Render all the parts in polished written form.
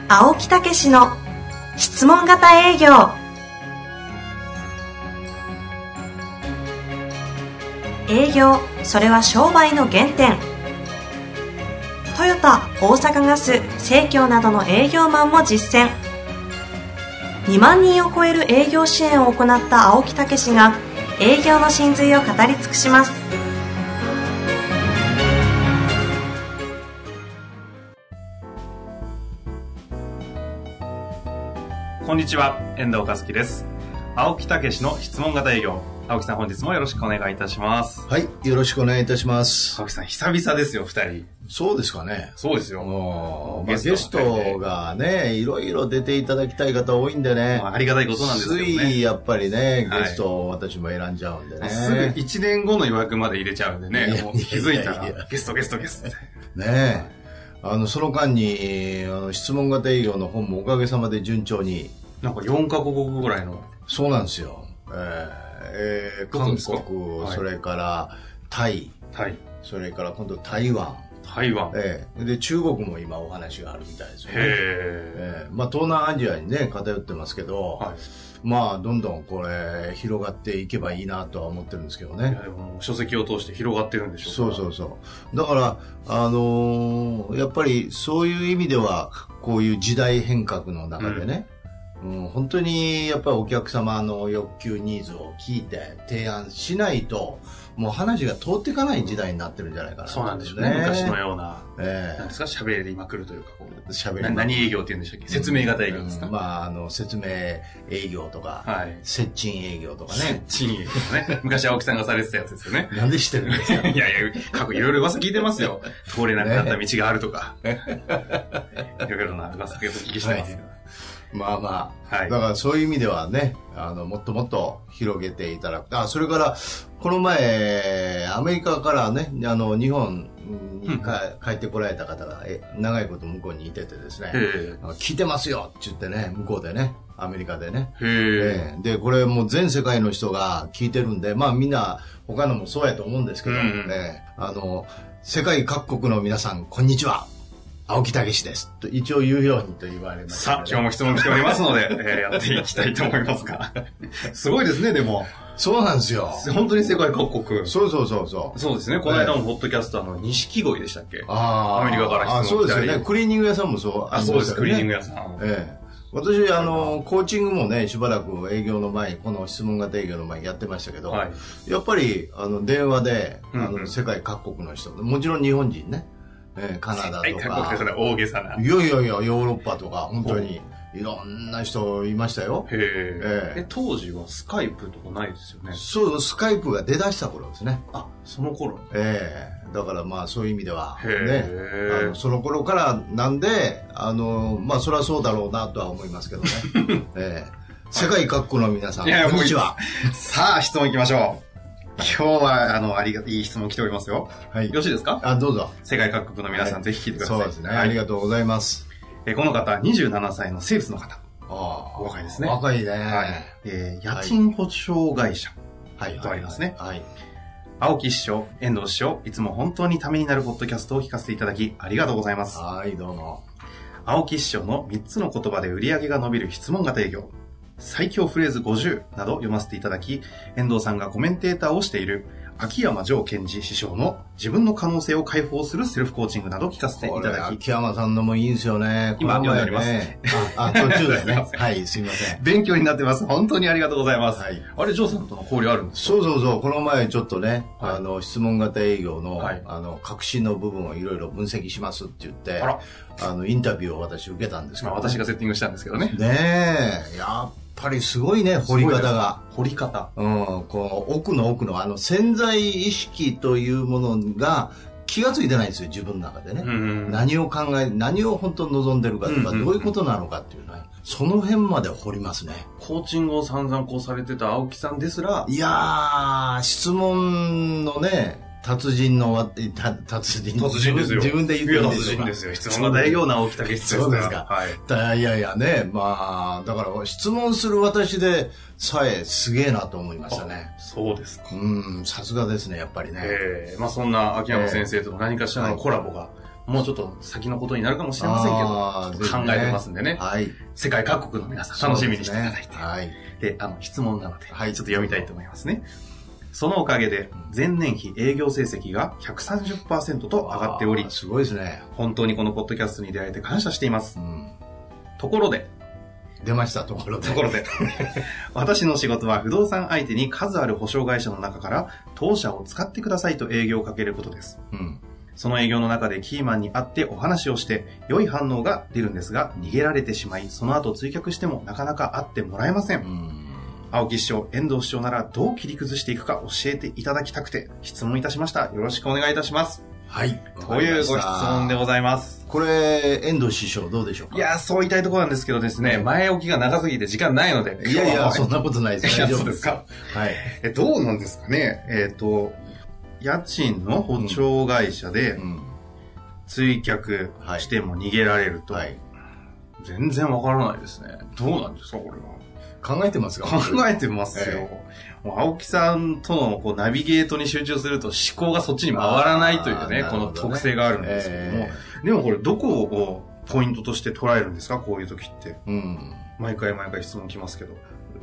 青木武の質問型営業。営業、それは商売の原点。トヨタ、大阪ガス、生協などの営業マンも実践。2万人を超える営業支援を行った青木武が営業の真髄を語り尽くします。 こんにちは、遠藤和樹です。青木武の質問型営業。青木さん、本日もよろしくお願いいたします。 はい、よろしくお願いいたします。 青木さん、久々ですよ、二人。 そうですかね。 そうですよ。 ゲストがね、いろいろ出ていただきたい方多いんでね。 ありがたいことなんですけどね。 ついやっぱりね、ゲストを私も選んじゃうんでね。 すぐ1年後の予約まで入れちゃうんでね。もう気づいたらゲストって。 ねえ。その間に、質問型営業の本もおかげさまで順調に。 なんか4カ国ぐらいの。 そうなんですよ。韓国、それからタイ、それから今度台湾。で中国も今お話があるみたいですよね。東南アジアにね偏ってますけど、まあどんどんこれ広がっていけばいいなとは思ってるんですけどね。 いやでも書籍を通して広がってるんでしょうか。 そうだからやっぱりそういう意味ではこういう時代変革の中でね、本当にやっぱりお客様の欲求ニーズを聞いて提案しないともう話が通っていかない時代になってるんじゃないかな、 そうなんでしょうね。昔のような、なんですか、喋りまくるというか、何営業って言うんでしたっけ？説明型営業ですか？ 説明営業とか、接近営業とかね。 接近営業ね。昔青木さんがされてたやつですよね。 なんで知ってるんですか？ いや、過去いろいろ噂聞いてますよ。通れなくなった道があるとか。いろいろな噂をお聞きしたいですよ。 だからそういう意味ではね、もっともっと広げていただく。それから、この前、アメリカからね、日本に帰ってこられた方が、長いこと向こうにいててですね、聞いてますよって言ってね、向こうでね、アメリカでね。で、これもう全世界の人が聞いてるんで、みんな、他のもそうやと思うんですけど、世界各国の皆さん、こんにちは。青木武ですと一応言うようにと言われました、 さあ今日も質問来ておりますので、やっていきたいと思いますがすごいですね。でもそうなんですよ。 本当に世界各国。 そうですね。この間のポッドキャスト錦鯉でしたっけ？アメリカから質問来たり。 そうですよね。クリーニング屋さんもそう。 そうです。クリーニング屋さん。 私コーチングもねしばらく営業の前にこの質問型営業の前にやってましたけど、やっぱり電話で世界各国の人、もちろん日本人ね。カナダとか大げさな。 いやヨーロッパとか本当にいろんな人いましたよ。 当時はスカイプとかないですよね。 そう、スカイプが出だした頃ですね。 その頃。 だからそういう意味ではね、その頃からなんでそりゃそうだろうなとは思いますけどね。世界各国の皆さん、こんにちは。 さあ質問いきましょう。今日は、いい質問来ておりますよ。よろしいですか？ どうぞ。 世界各国の皆さん、ぜひ聞いてください。 そうですね。ありがとうございます。 この方、27歳のセールスの方。お若いですね。 若いね。 家賃保証会社。とありますね。青木師匠、遠藤師匠、いつも本当にためになるポッドキャストを聞かせていただき、ありがとうございます。 どうも。 青木師匠の3つの言葉で売り上げが伸びる質問型営業。最強フレーズ50など読ませていただき、遠藤さんがコメンテーターをしている秋山城賢治師匠の自分の可能性を解放するセルフコーチングなど聞かせていただき。 秋山さんのもいいんですよね。 今読んでおります。 途中ですね。すいません。 勉強になってます。本当にありがとうございます。あれ、ジョーさんとの交流あるんですか？ そう。この前ちょっとね、質問型営業の、革新の部分をいろいろ分析しますって言って、インタビューを私受けたんですけど、 私がセッティングしたんですけどね。 やっぱりすごいね、掘り方が。 この奥の潜在意識というものが気がついてないんですよ、自分の中でね。何を考え、何を本当に望んでるかとか、どういうことなのかっていうのは、その辺まで掘りますね。 コーチングを散々されてた青木さんですら。 いやー、質問のね、達人ですよ。自分で言ってるんですよ。 達人ですよ。質問型営業の青木武ですそうですか。いやね、だから質問する私でさえすげえなと思いましたね。 そうですか。 さすがですね、やっぱりね。 そんな秋山先生との何かしらのコラボが、 もうちょっと先のことになるかもしれませんけど、考えてますんでね。 はい。 世界各国の皆さん楽しみにしていただいて。 はい。 で、質問なので、ちょっと読みたいと思いますね。そのおかげで、前年比営業成績が 130% と上がっており、 すごいですね。 本当にこのポッドキャストに出会えて感謝しています。ところで、 出ました、ところで。 私の仕事は不動産相手に数ある保証会社の中から当社を使ってくださいと営業をかけることです。その営業の中でキーマンに会ってお話をして良い反応が出るんですが、逃げられてしまい、その後追客してもなかなか会ってもらえません。青木師匠、遠藤師匠ならどう切り崩していくか教えていただきたくて質問いたしました。よろしくお願いいたします。 はい。 というご質問でございます。 これ、遠藤師匠どうでしょうか？ いや、そう言いたいところなんですけどですね、前置きが長すぎて時間ないので。 いやいや、そんなことないです。 大丈夫ですか？はい。どうなんですかね。家賃の保証会社で、追客しても逃げられると、全然わからないですね。どうなんですか、これは。 考えてますか？ 考えてますよ。もう青木さんとのこうナビゲートに集中すると思考がそっちに回らないというね、この特性があるんですけども。でもこれどこをポイントとして捉えるんですか？こういう時って。毎回質問来ますけど。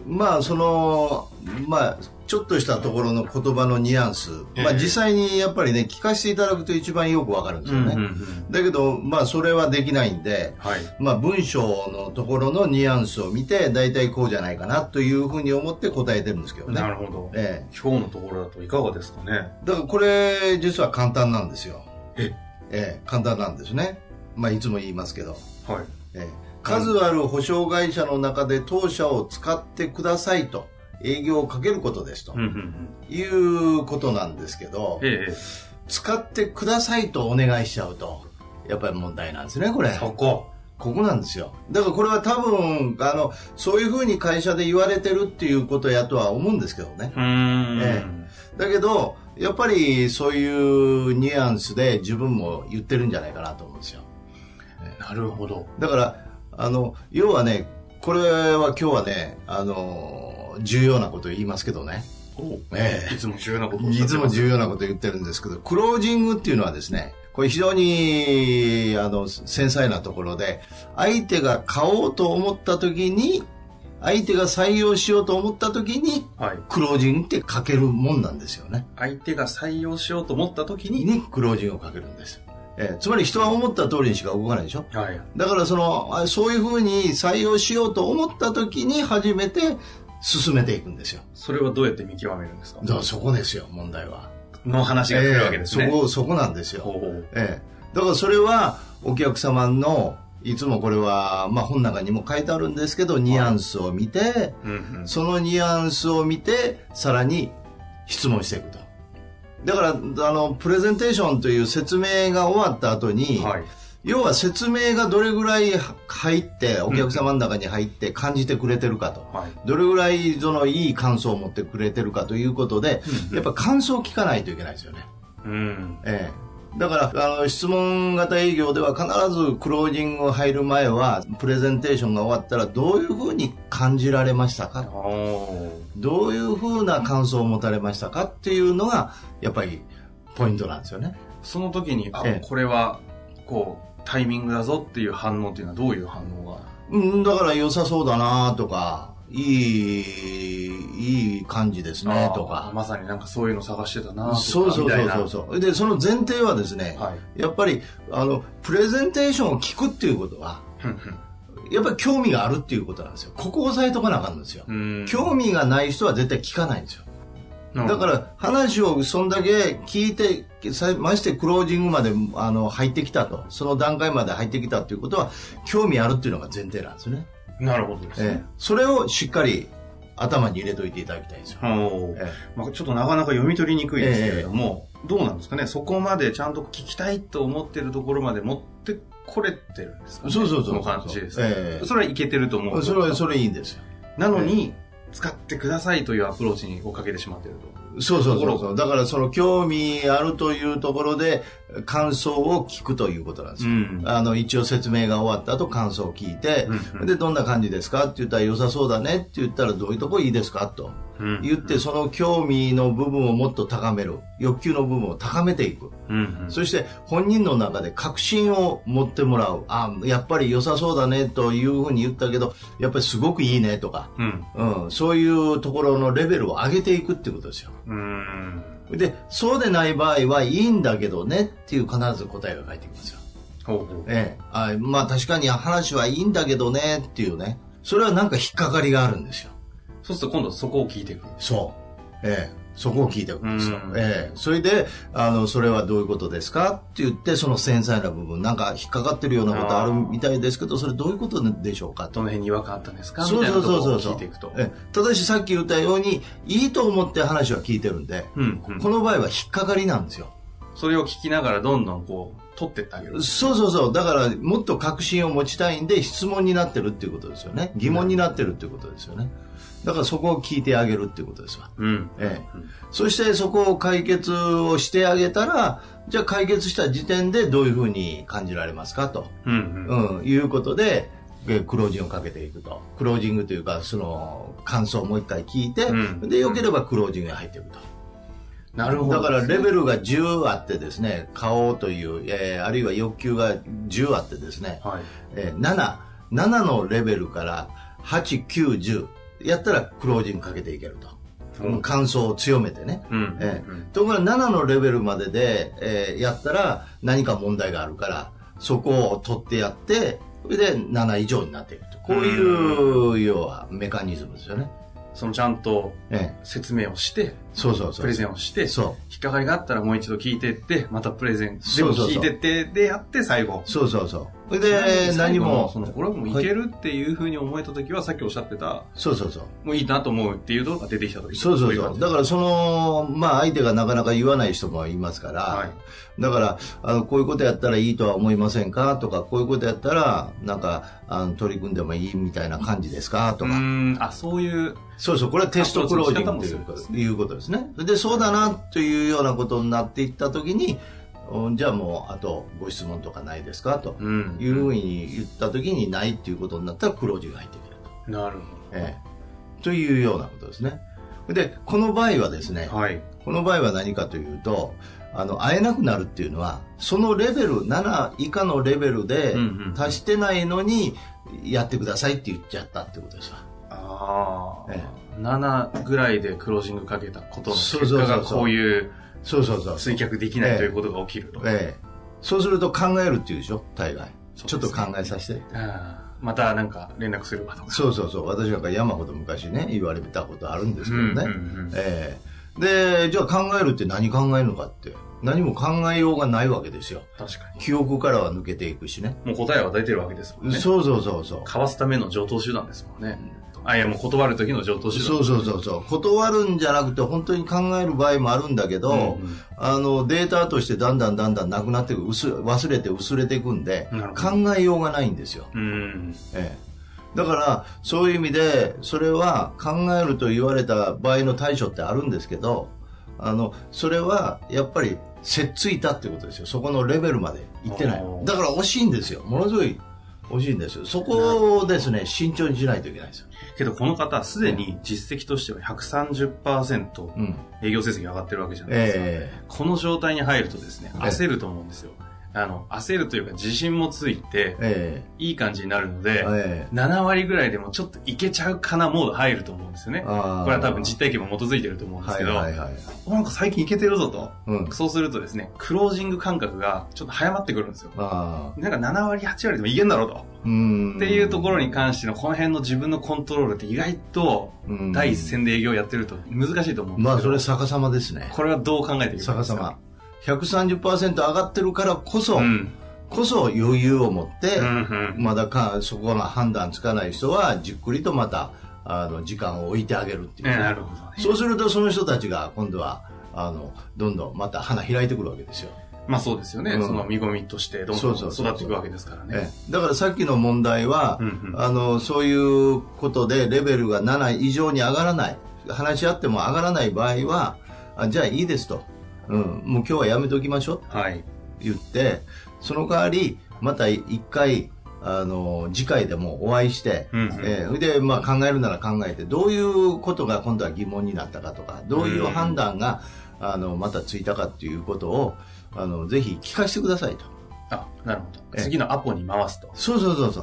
ちょっとしたところの言葉のニュアンス、実際にやっぱりね、聞かせていただくと一番よくわかるんですよね。だけど、それはできないんで、文章のところのニュアンスを見て、大体こうじゃないかなというふうに思って答えてるんですけどね。 なるほど。今日のところだといかがですかね。 だからこれ、実は簡単なんですよ。簡単なんですね。いつも言いますけど。数ある保証会社の中で当社を使ってくださいと営業をかけることですということなんですけど、使ってくださいとお願いしちゃうとやっぱり問題なんですね、これ。ここなんですよ。だからこれは多分そういうふうに会社で言われてるっていうことやとは思うんですけどね。だけどやっぱりそういうニュアンスで自分も言ってるんじゃないかなと思うんですよ。 なるほど。 だから要はね、これは今日はね、重要なことを言いますけどね。 いつも重要なことを言ってるんですけど、クロージングっていうのはですね、これ非常に繊細なところで、相手が買おうと思った時に、相手が採用しようと思った時に、クロージングってかけるもんなんですよね。 相手が採用しようと思った時にクロージングをかけるんです。つまり人は思った通りにしか動かないでしょ。だからそういうふうに採用しようと思った時に初めて進めていくんですよ。 それはどうやって見極めるんですか？ そこですよ、問題は。 の話が来るわけですね。 そこなんですよ。だからそれはお客様のいつもこれは、本の中にも書いてあるんですけど、ニュアンスを見て、そのニュアンスを見てさらに質問していくと。だからプレゼンテーションという説明が終わった後に、要は説明がどれぐらい入ってお客様の中に入って感じてくれてるかと、どれぐらいいい感想を持ってくれてるかということで、やっぱ感想を聞かないといけないですよね。だから質問型営業では必ずクロージング入る前はプレゼンテーションが終わったらどういうふうに感じられましたか、どういうふうな感想を持たれましたかっていうのがやっぱりポイントなんですよね。 その時にこれはこうタイミングだぞっていう反応っていうのはどういう反応が？ だから良さそうだなとか、いい感じですねとか、 まさになんかそういうの探してたなとか、 そうで、その前提はですね、やっぱりプレゼンテーションを聞くっていうことはやっぱり興味があるっていうことなんですよ。ここを押さえとかなあかんんですよ。興味がない人は絶対聞かないんですよ。だから話をそんだけ聞いて、ましてクロージングまで入ってきたと、その段階まで入ってきたということは興味あるっていうのが前提なんですね。 なるほどですね。 それをしっかり頭に入れといていただきたいですよ。 ちょっとなかなか読み取りにくいですけれども、どうなんですかね。そこまでちゃんと聞きたいと思ってるところまで持ってこれてるんですかね。その感じですね。それはいけてると思うんですよ。 それいいんですよ。 なのに、使ってくださいというアプローチをかけてしまっていると。 そう。だからその興味あるというところで感想を聞くということなんですよ。一応説明が終わった後感想を聞いて、でどんな感じですかって言ったら良さそうだねって言ったらどういうとこいいですかと。 言って、その興味の部分をもっと高める。欲求の部分を高めていく。そして本人の中で確信を持ってもらう。やっぱり良さそうだねというふうに言ったけど、やっぱりすごくいいねとか、そういうところのレベルを上げていくってことですよ。で、そうでない場合はいいんだけどねっていう必ず答えが返ってきますよ。まあ確かに話はいいんだけどねっていうね。それはなんか引っかかりがあるんですよ。 そうすると今度そこを聞いていく。 そう。そこを聞いていくんですよ。それで、それはどういうことですかって言って、その繊細な部分、なんか引っかかってるようなことあるみたいですけど、それどういうことでしょうかどの辺に違和感あったんですかみたいなところを聞いていくと。 ただしさっき言ったように、いいと思って話は聞いてるんで、この場合は引っかかりなんですよ。 それを聞きながらどんどんこう、取ってってあげる。 そう。だから、もっと確信を持ちたいんで、質問になってるっていうことですよね。疑問になってるっていうことですよね。だからそこを聞いてあげるっていうことですわ。そしてそこを解決をしてあげたら、じゃあ解決した時点でどういうふうに感じられますかと、いうことで、クロージングをかけていくと。クロージングというか、その感想をもう一回聞いて、で、良ければクロージングに入っていくと。 なるほど、 だからレベルが10あってですね、買おうという、あるいは欲求が10あってですね、7のレベルから8、9、10やったらクロージングかけていけると。感想を強めてね。ところが7のレベルまでで、やったら何か問題があるから、そこを取ってやって、それで7以上になっていくと。こういう要はメカニズムですよね。 そのちゃんと説明をして、プレゼンをして、引っかかりがあったらもう一度聞いてって、またプレゼンでも聞いてって、でやって最後。 それで何もこれはもういけるっていうふうに思えた時は、さっきおっしゃってた、もういいなと思うっていうのが出てきた時。 だから相手がなかなか言わない人もいますから、だからこういうことやったらいいとは思いませんかとか、こういうことやったらなんか取り組んでもいいみたいな感じですかとか。 そういう。 これはテストクロージングということですね。で、そうだなというようなことになっていったときに、じゃあもうあとご質問とかないですかというふうに言ったときにないっていうことになったらクロージングが入ってくると。 なるほど。 というようなことですね。で、この場合はですね、この場合は何かというと、会えなくなるっていうのは、そのレベル、7以下のレベルで達してないのにやってくださいって言っちゃったってことですわ。 7ぐらいでクロージングかけたことの結果がこういう追脚できないということが起きると。 そうすると考えるっていうでしょ、大概。ちょっと考えさせて。 またなんか連絡するわとか。 私なんか山ほど昔ね、言われたことあるんですけどね。で、じゃあ考えるって何考えるのかって。何も考えようがないわけですよ。 確かに。 記憶からは抜けていくしね。 もう答えは出てるわけですもんね。 かわすための常套手段ですもんね。いやもう断る時の常套手段。 断るんじゃなくて本当に考える場合もあるんだけど、データとしてだんだんなくなっていく、忘れて薄れていくんで、考えようがないんですよ。だからそういう意味でそれは考えると言われた場合の対処ってあるんですけど、それはやっぱりせっついたってことですよ。そこのレベルまで行ってない。だから惜しいんですよ。ものすごい惜しいんですよ。そこをですね、慎重にしないといけないですよ。 けどこの方すでに実績としては 130% 営業成績が上がってるわけじゃないですか。この状態に入るとですね、焦ると思うんですよ。焦るというか自信もついて、いい感じになるので、7割ぐらいでもちょっといけちゃうかなモード入ると思うんですよね。これは多分実体験も基づいてると思うんですけど、なんか最近いけてるぞと、そうするとですね、クロージング感覚がちょっと早まってくるんですよ。なんか7割、8割でもいけんだろうと。っていうところに関してのこの辺の自分のコントロールって意外と第一線で営業やってると難しいと思うんですけど。 それ逆さまですね。 これはどう考えていくかですか。 逆さま。130% 上がってるからこそ余裕を持って、まだそこの判断つかない人はじっくりとまた時間を置いてあげるっていう、 なるほどね。 そうするとその人たちが今度はどんどんまた花開いてくるわけですよ。 そうですよね。その見込みとしてどんどん育っていくわけですからね。 だからさっきの問題は、そういうことでレベルが7以上に上がらない、話し合っても上がらない場合は、じゃあいいですと。もう今日はやめておきましょうって言って、その代わりまた一回次回でもお会いして、で、まあ、考えるなら考えて、どういうことが今度は疑問になったかとか、どういう判断が、またついたかっていうことを、ぜひ聞かせてくださいと。 あ、なるほど。次のアポに回すと。 そう。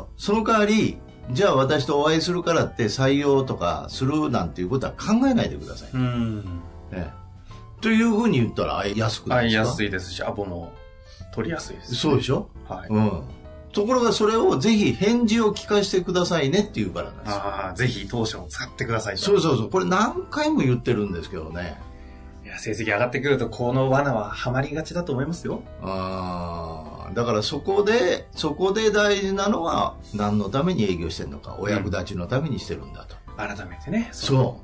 その代わり、じゃあ私とお会いするからって採用とかするなんていうことは考えないでください。というふうに言ったら会いやすくないですか？ 会いやすいですし、アポも取りやすいです、ね。 そうでしょ？ はい。 ところがそれをぜひ返事を聞かせてくださいねっていうからなんですよ。 ぜひ当社を使ってくださいと。 そう。これ何回も言ってるんですけどね。 いや、成績上がってくるとこの罠はハマりがちだと思いますよ。 だからそこで大事なのは何のために営業してるのか、お役立ちのためにしてるんだと。 改めてね。 そう。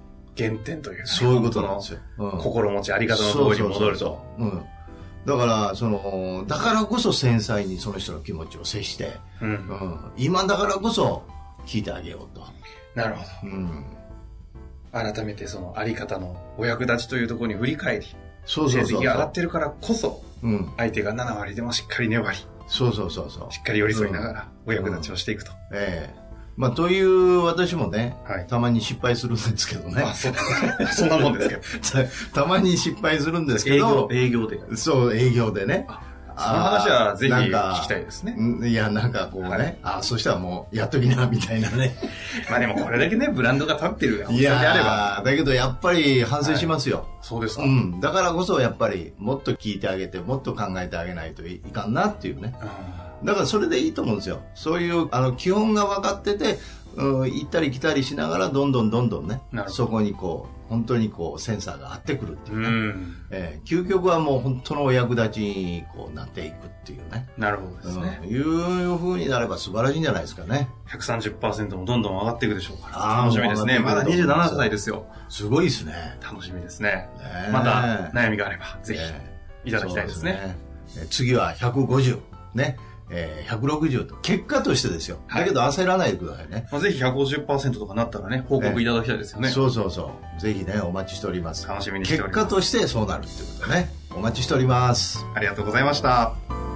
原点という、ね。 そういうことなんですよ。 心持ちあり方の通りに戻ると。 だからだからこそ繊細にその人の気持ちを接して、今だからこそ聞いてあげようと。 なるほど。改めてそのあり方のお役立ちというところに振り返り、成績が上がってるからこそ、相手が7割でもしっかり粘り、 そうしっかり寄り添いながらお役立ちをしていくと。 まあ、という私もね、たまに失敗するんですけどね。 そんなもんですけど。 たまに失敗するんですけど。 営業で。 そう、営業でね。 その話はぜひ聞きたいですね。 いや、なんかこうね、そしたらもうやっときな、みたいなね。 まあでもこれだけね、ブランドが立ってる。 いやであれば。だけどやっぱり反省しますよ。 そうですか。 だからこそやっぱりもっと聞いてあげて、もっと考えてあげないといかんなっていうね。だからそれでいいと思うんですよ。そういう基本が分かってて、行ったり来たりしながらどんどんね、そこに本当にセンサーが合ってくるっていうね。究極はもう本当のお役立ちになっていくっていうね。 なるほどですね。 いう風になれば素晴らしいんじゃないですかね。 130% もどんどん上がっていくでしょうから。楽しみですね。まだ27歳ですよ。 すごいですね。 楽しみですね。また悩みがあればぜひいただきたいですね。 次は150ね。160と結果としてですよ。だけど焦らないでくださいね。 ぜひ 150% とかなったらね、報告いただきたいですよね。 そう。ぜひね、お待ちしております。 楽しみにしております。 結果としてそうなるってことね。お待ちしております。 ありがとうございました。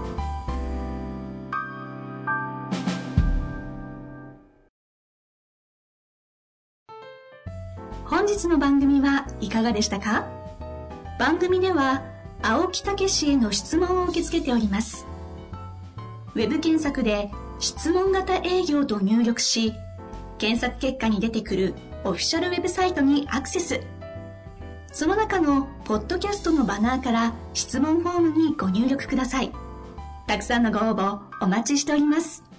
本日の番組はいかがでしたか？番組では青木武氏への質問を受け付けております。ウェブ検索で質問型営業と入力し、検索結果に出てくるオフィシャルウェブサイトにアクセス。その中のポッドキャストのバナーから質問フォームにご入力ください。たくさんのご応募お待ちしております。